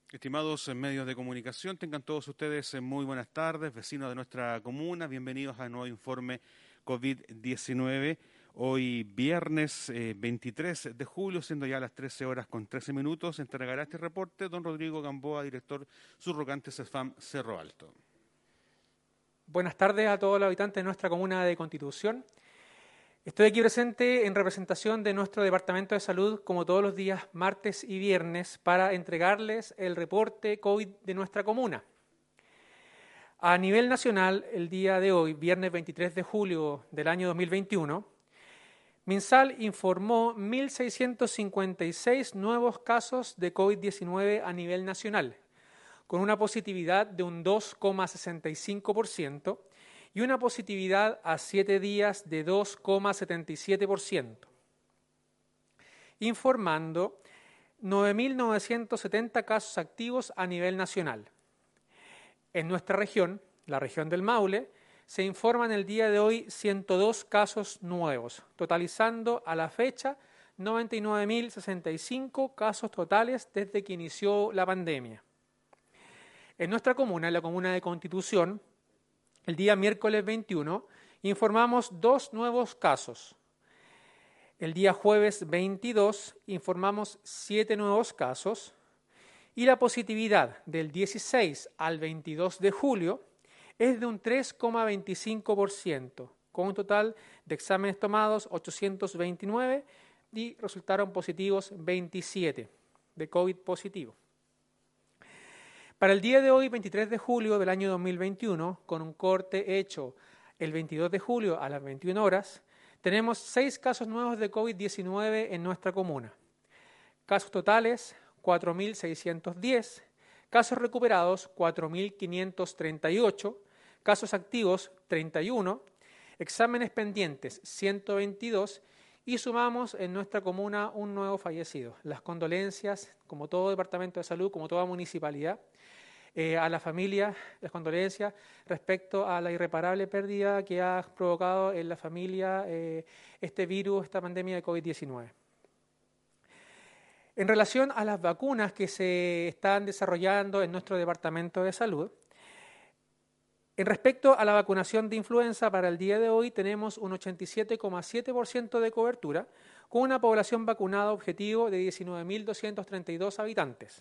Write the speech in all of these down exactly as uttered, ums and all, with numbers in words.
Estimados medios de comunicación, tengan todos ustedes eh, muy buenas tardes, vecinos de nuestra comuna, bienvenidos a nuevo informe COVID diecinueve. Hoy viernes eh, veintitrés de julio, siendo ya las trece horas con trece minutos, entregará este reporte don Rodrigo Gamboa, director subrogante CESFAM Cerro Alto. Buenas tardes a todos los habitantes de nuestra comuna de Constitución. Estoy aquí presente en representación de nuestro Departamento de Salud, como todos los días, martes y viernes, para entregarles el reporte COVID de nuestra comuna. A nivel nacional, el día de hoy, viernes veintitrés de julio del año dos mil veintiuno, MinSal informó mil seiscientos cincuenta y seis nuevos casos de COVID diecinueve a nivel nacional, con una positividad de un dos coma sesenta y cinco por ciento y una positividad a siete días de dos coma setenta y siete por ciento, informando nueve mil novecientos setenta casos activos a nivel nacional. En nuestra región, la región del Maule, se informan el día de hoy ciento dos casos nuevos, totalizando a la fecha noventa y nueve mil sesenta y cinco casos totales desde que inició la pandemia. En nuestra comuna, en la comuna de Constitución, el día miércoles veintiuno, informamos dos nuevos casos. El día jueves veintidós, informamos siete nuevos casos. Y la positividad del dieciséis al veintidós de julio es de un tres coma veinticinco por ciento, con un total de exámenes tomados ochocientos veintinueve y resultaron positivos veintisiete de COVID positivo. Para el día de hoy, veintitrés de julio del año dos mil veintiuno, con un corte hecho el veintidós de julio a las veintiuna horas, tenemos seis casos nuevos de COVID diecinueve en nuestra comuna. Casos totales, cuatro mil seiscientos diez, casos recuperados, cuatro mil quinientos treinta y ocho, casos activos, treinta y uno, exámenes pendientes, ciento veintidós, y sumamos en nuestra comuna un nuevo fallecido. Las condolencias, como todo departamento de salud, como toda municipalidad, eh, a la familia, las condolencias respecto a la irreparable pérdida que ha provocado en la familia eh, este virus, esta pandemia de COVID diecinueve. En relación a las vacunas que se están desarrollando en nuestro Departamento de Salud, en respecto a la vacunación de influenza, para el día de hoy tenemos un ochenta y siete coma siete por ciento de cobertura, con una población vacunada objetivo de diecinueve mil doscientos treinta y dos habitantes.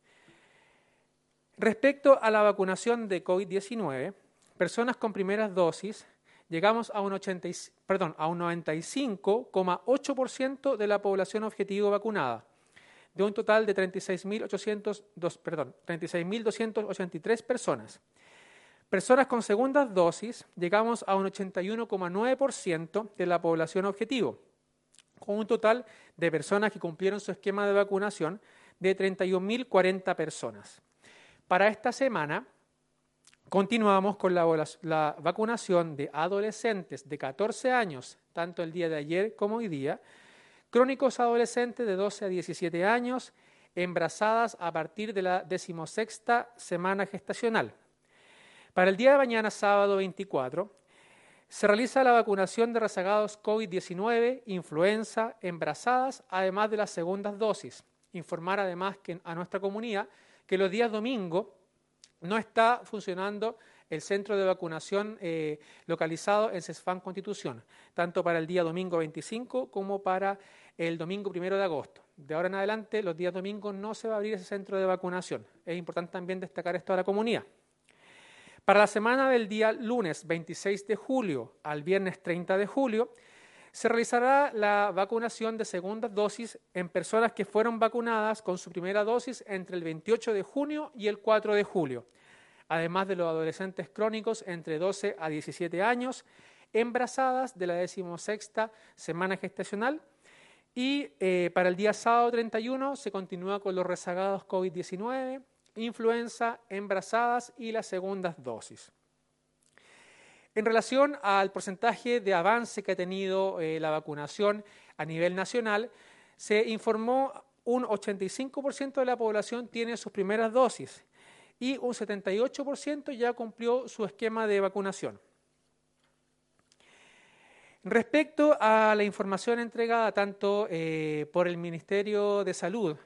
Respecto a la vacunación de COVID diecinueve, personas con primeras dosis, llegamos a un, ochenta, perdón, a un noventa y cinco coma ocho por ciento de la población objetivo vacunada, de un total de treinta y seis mil doscientos ochenta y tres personas. Personas con segundas dosis, llegamos a un ochenta y uno coma nueve por ciento de la población objetivo, con un total de personas que cumplieron su esquema de vacunación de treinta y un mil cuarenta personas. Para esta semana, continuamos con la, la vacunación de adolescentes de catorce años, tanto el día de ayer como hoy día, crónicos adolescentes de doce a diecisiete años, embarazadas a partir de la decimosexta semana gestacional. Para el día de mañana, sábado veinticuatro, se realiza la vacunación de rezagados COVID diecinueve, influenza, embarazadas, además de las segundas dosis. Informar además que a nuestra comunidad que los días domingo no está funcionando el centro de vacunación eh, localizado en CESFAM Constitución, tanto para el día domingo veinticinco como para el domingo primero de agosto. De ahora en adelante, los días domingos no se va a abrir ese centro de vacunación. Es importante también destacar esto a la comunidad. Para la semana del día lunes veintiséis de julio al viernes treinta de julio, se realizará la vacunación de segundas dosis en personas que fueron vacunadas con su primera dosis entre el veintiocho de junio y el cuatro de julio, además de los adolescentes crónicos entre doce a diecisiete años, embarazadas de la decimosexta semana gestacional, y eh, para el día sábado treinta y uno se continúa con los rezagados COVID diecinueve, influenza, embarazadas y las segundas dosis. En relación al porcentaje de avance que ha tenido eh, la vacunación a nivel nacional, se informó un ochenta y cinco por ciento de la población tiene sus primeras dosis y un setenta y ocho por ciento ya cumplió su esquema de vacunación. Respecto a la información entregada tanto eh, por el Ministerio de Salud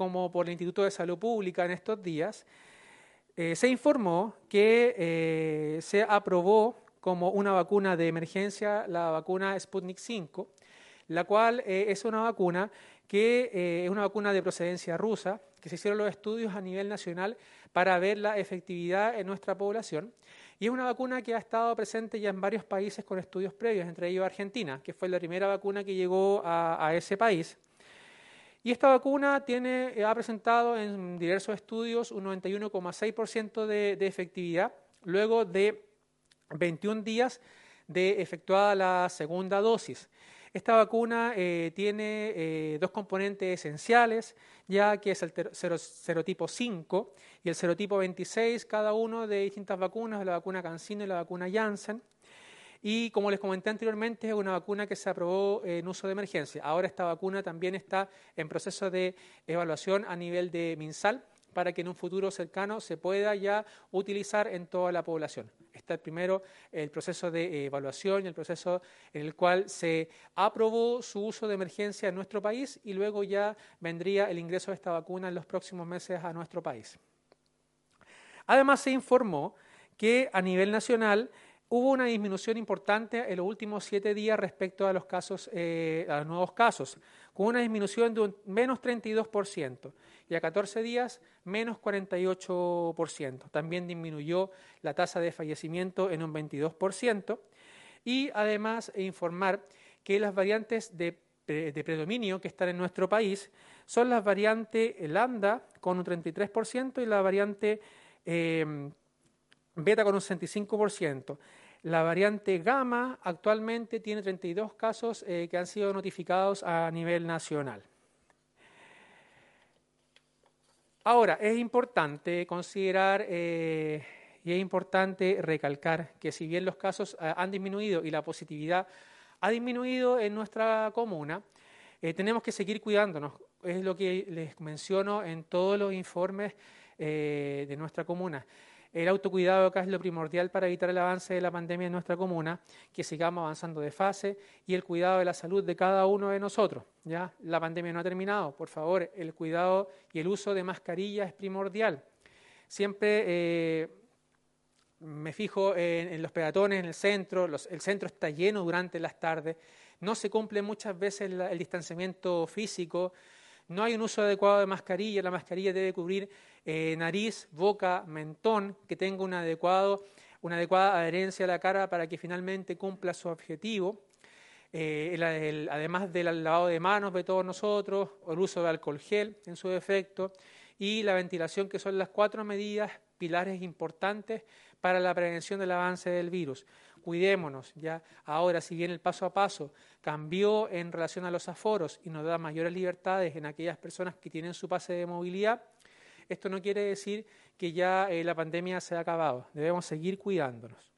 como por el Instituto de Salud Pública en estos días, eh, se informó que eh, se aprobó como una vacuna de emergencia la vacuna Sputnik cinco, la cual eh, es una vacuna que eh, es una vacuna de procedencia rusa, que se hicieron los estudios a nivel nacional para ver la efectividad en nuestra población. Y es una vacuna que ha estado presente ya en varios países con estudios previos, entre ellos Argentina, que fue la primera vacuna que llegó a, a ese país. Y esta vacuna tiene, ha presentado en diversos estudios un noventa y uno coma seis por ciento de, de efectividad, luego de veintiún días de efectuada la segunda dosis. Esta vacuna eh, tiene eh, dos componentes esenciales, ya que es el serotipo cinco y el serotipo veintiséis, cada uno de distintas vacunas, la vacuna CanSino y la vacuna Janssen. Y como les comenté anteriormente, es una vacuna que se aprobó en uso de emergencia. Ahora esta vacuna también está en proceso de evaluación a nivel de MinSal para que en un futuro cercano se pueda ya utilizar en toda la población. Está el primero el proceso de evaluación y el proceso en el cual se aprobó su uso de emergencia en nuestro país y luego ya vendría el ingreso de esta vacuna en los próximos meses a nuestro país. Además se informó que a nivel nacional hubo una disminución importante en los últimos siete días respecto a los casos, eh, a los nuevos casos, con una disminución de un menos treinta y dos por ciento y a catorce días menos cuarenta y ocho por ciento. También disminuyó la tasa de fallecimiento en un veintidós por ciento y además informar que las variantes de, de, de predominio que están en nuestro país son las variantes lambda con un treinta y tres por ciento y la variante eh, beta con un sesenta y cinco por ciento. La variante gamma actualmente tiene treinta y dos casos eh, que han sido notificados a nivel nacional. Ahora, es importante considerar eh, y es importante recalcar que si bien los casos eh, han disminuido y la positividad ha disminuido en nuestra comuna, eh, tenemos que seguir cuidándonos. Es lo que les menciono en todos los informes eh, de nuestra comuna. El autocuidado acá es lo primordial para evitar el avance de la pandemia en nuestra comuna, que sigamos avanzando de fase y el cuidado de la salud de cada uno de nosotros. ¿Ya? La pandemia no ha terminado, por favor, el cuidado y el uso de mascarilla es primordial. Siempre eh, me fijo en, en los peatones, en el centro, los, el centro está lleno durante las tardes, no se cumple muchas veces la, el distanciamiento físico, no hay un uso adecuado de mascarilla, la mascarilla debe cubrir eh, nariz, boca, mentón, que tenga un adecuado, una adecuada adherencia a la cara para que finalmente cumpla su objetivo. Eh, el, el, además del lavado de manos de todos nosotros, el uso de alcohol gel en su defecto y la ventilación, que son las cuatro medidas pilares importantes para la prevención del avance del virus. Cuidémonos, ya ahora, si bien el paso a paso cambió en relación a los aforos y nos da mayores libertades en aquellas personas que tienen su pase de movilidad, esto no quiere decir que ya eh, la pandemia se ha acabado. Debemos seguir cuidándonos.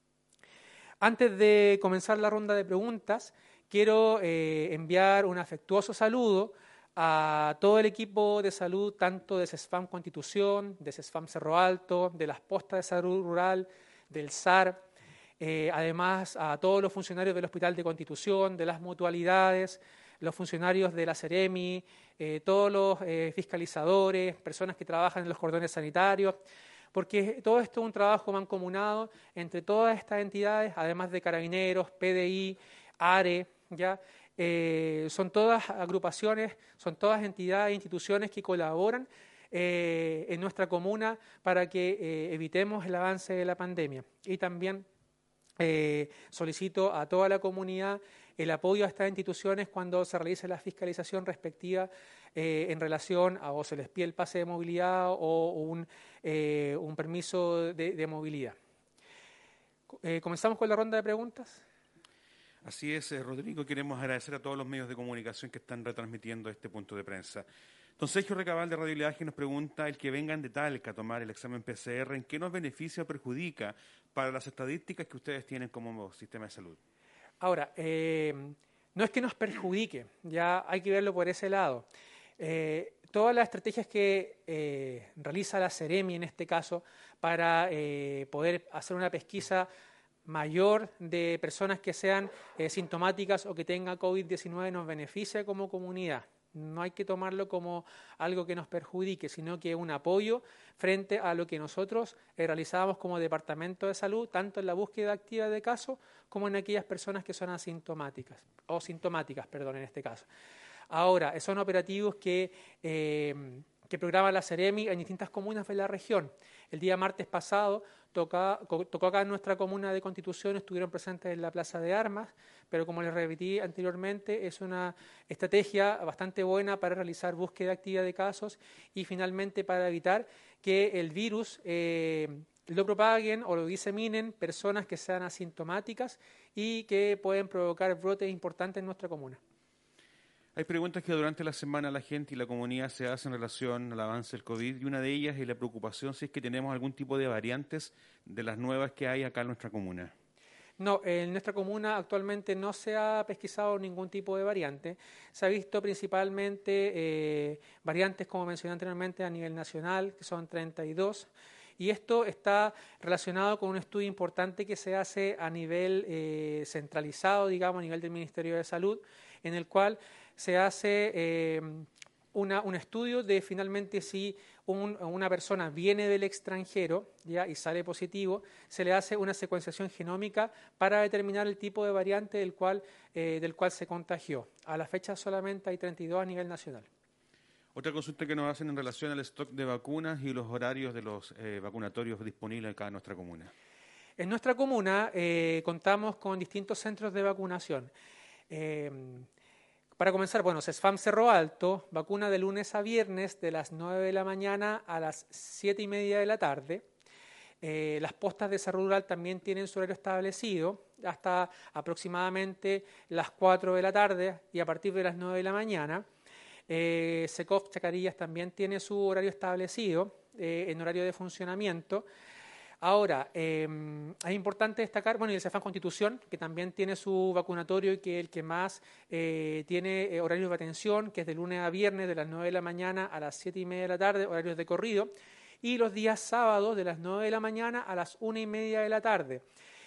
Antes de comenzar la ronda de preguntas, quiero eh, enviar un afectuoso saludo a todo el equipo de salud, tanto de CESFAM Constitución, de CESFAM Cerro Alto, de las postas de salud rural, del S A R, eh, además a todos los funcionarios del Hospital de Constitución, de las mutualidades, los funcionarios de la Seremi, eh, todos los eh, fiscalizadores, personas que trabajan en los cordones sanitarios, porque todo esto es un trabajo mancomunado entre todas estas entidades, además de Carabineros, P D I, ARE, ¿ya? Eh, son todas agrupaciones, son todas entidades e instituciones que colaboran eh, en nuestra comuna para que eh, evitemos el avance de la pandemia. Y también eh, solicito a toda la comunidad el apoyo a estas instituciones cuando se realice la fiscalización respectiva eh, en relación a o se les pide el pase de movilidad o un, eh, un permiso de, de movilidad. Eh, ¿Comenzamos con la ronda de preguntas? Así es, eh, Rodrigo, queremos agradecer a todos los medios de comunicación que están retransmitiendo este punto de prensa. Don Sergio Recabal de Radio Lidaje nos pregunta, el que vengan de Talca a tomar el examen P C R, ¿en qué nos beneficia o perjudica para las estadísticas que ustedes tienen como sistema de salud? Ahora, eh, no es que nos perjudique, ya hay que verlo por ese lado. Eh, todas las estrategias que eh, realiza la Seremi en este caso para eh, poder hacer una pesquisa mayor de personas que sean eh, sintomáticas o que tengan COVID diecinueve nos beneficia como comunidad. No hay que tomarlo como algo que nos perjudique, sino que es un apoyo frente a lo que nosotros eh, realizábamos como Departamento de Salud, tanto en la búsqueda activa de casos como en aquellas personas que son asintomáticas, o sintomáticas, perdón, en este caso. Ahora, son operativos que, eh, que programa la Seremi en distintas comunas de la región. El día martes pasado toca, tocó acá en nuestra comuna de Constitución, estuvieron presentes en la Plaza de Armas, pero como les repetí anteriormente, es una estrategia bastante buena para realizar búsqueda activa de casos y finalmente para evitar que el virus eh, lo propaguen o lo diseminen personas que sean asintomáticas y que pueden provocar brotes importantes en nuestra comuna. Hay preguntas que durante la semana la gente y la comunidad se hacen en relación al avance del COVID y una de ellas es la preocupación si es que tenemos algún tipo de variantes de las nuevas que hay acá en nuestra comuna. No, en nuestra comuna actualmente no se ha pesquisado ningún tipo de variante. Se ha visto principalmente eh, variantes, como mencioné anteriormente, a nivel nacional, que son treinta y dos. Y esto está relacionado con un estudio importante que se hace a nivel eh, centralizado, digamos, a nivel del Ministerio de Salud, en el cual se hace eh, una, un estudio de finalmente si un, una persona viene del extranjero ya y sale positivo, se le hace una secuenciación genómica para determinar el tipo de variante del cual, eh, del cual se contagió. A la fecha solamente hay treinta y dos a nivel nacional. Otra consulta que nos hacen en relación al stock de vacunas y los horarios de los eh, vacunatorios disponibles acá en nuestra comuna. En nuestra comuna eh, contamos con distintos centros de vacunación. Eh, Para comenzar, bueno, CESFAM Cerro Alto vacuna de lunes a viernes de las nueve de la mañana a las siete y media de la tarde. Eh, las postas de Cerro Rural también tienen su horario establecido hasta aproximadamente las cuatro de la tarde y a partir de las nueve de la mañana. Eh, SECOF Chacarillas también tiene su horario establecido eh, en horario de funcionamiento. Ahora, eh, es importante destacar, bueno, y el CEFAM Constitución, que también tiene su vacunatorio y que es el que más eh, tiene eh, horarios de atención, que es de lunes a viernes de las nueve de la mañana a las siete y media de la tarde, horarios de corrido, y los días sábados de las nueve de la mañana a las una y media de la tarde.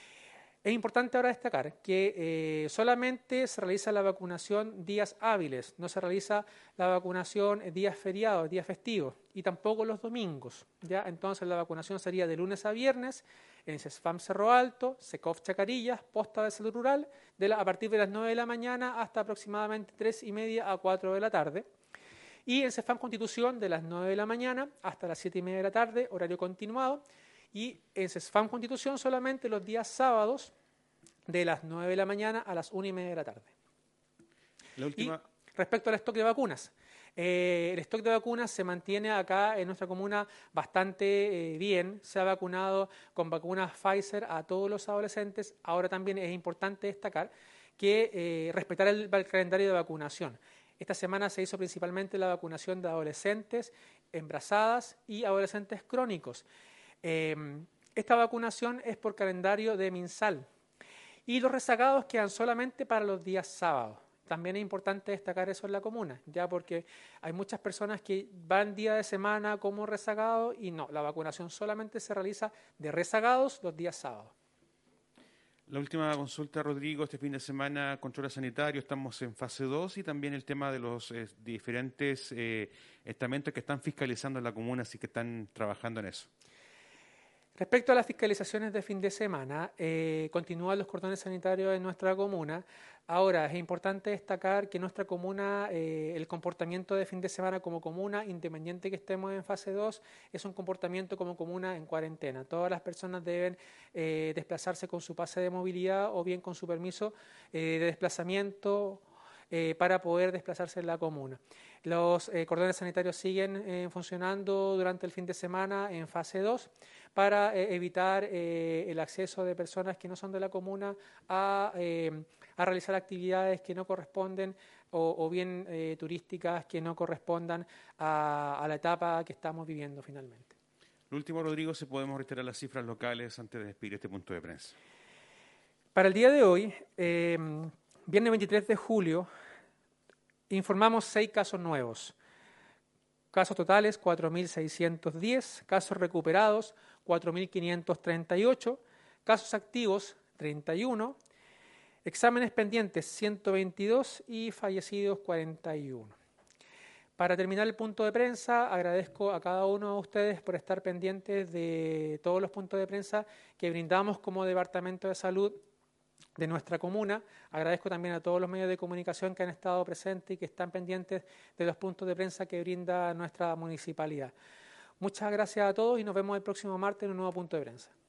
Es importante ahora destacar que eh, solamente se realiza la vacunación días hábiles, no se realiza la vacunación días feriados, días festivos y tampoco los domingos. ¿Ya? Entonces la vacunación sería de lunes a viernes en CESFAM Cerro Alto, SECOF Chacarillas, Posta de Salud Rural, de la, a partir de las nueve de la mañana hasta aproximadamente tres y media a cuatro de la tarde. Y en CESFAM Constitución de las nueve de la mañana hasta las siete y media de la tarde, horario continuado. Y en CESFAM Constitución solamente los días sábados de las nueve de la mañana a las una y media de la tarde. La última... Y respecto al stock de vacunas, eh, el stock de vacunas se mantiene acá en nuestra comuna bastante eh, bien. Se ha vacunado con vacunas Pfizer a todos los adolescentes. Ahora también es importante destacar que eh, respetar el, el calendario de vacunación. Esta semana se hizo principalmente la vacunación de adolescentes, embarazadas y adolescentes crónicos. Eh, esta vacunación es por calendario de MinSal y los rezagados quedan solamente para los días sábados. También es importante destacar eso en la comuna, ya porque hay muchas personas que van día de semana como rezagados y no, la vacunación solamente se realiza de rezagados los días sábados. La última consulta, Rodrigo, este fin de semana, control sanitario, estamos en fase dos y también el tema de los eh, diferentes eh, estamentos que están fiscalizando en la comuna, así que están trabajando en eso. Respecto a las fiscalizaciones de fin de semana, eh, continúan los cordones sanitarios en nuestra comuna. Ahora, es importante destacar que en nuestra comuna, eh, el comportamiento de fin de semana como comuna, independiente que estemos en fase dos, es un comportamiento como comuna en cuarentena. Todas las personas deben eh, desplazarse con su pase de movilidad o bien con su permiso eh, de desplazamiento eh, para poder desplazarse en la comuna. Los eh, cordones sanitarios siguen eh, funcionando durante el fin de semana en fase dos para eh, evitar eh, el acceso de personas que no son de la comuna a, eh, a realizar actividades que no corresponden o, o bien eh, turísticas que no correspondan a, a la etapa que estamos viviendo finalmente. Lo último, Rodrigo, si podemos reiterar las cifras locales antes de despedir este punto de prensa. Para el día de hoy, eh, viernes veintitrés de julio, informamos seis casos nuevos. Casos totales, cuatro mil seiscientos diez. Casos recuperados, cuatro mil quinientos treinta y ocho. Casos activos, treinta y uno. Exámenes pendientes, ciento veintidós. Y fallecidos, cuarenta y uno. Para terminar el punto de prensa, agradezco a cada uno de ustedes por estar pendientes de todos los puntos de prensa que brindamos como Departamento de Salud de nuestra comuna. Agradezco también a todos los medios de comunicación que han estado presentes y que están pendientes de los puntos de prensa que brinda nuestra municipalidad. Muchas gracias a todos y nos vemos el próximo martes en un nuevo punto de prensa.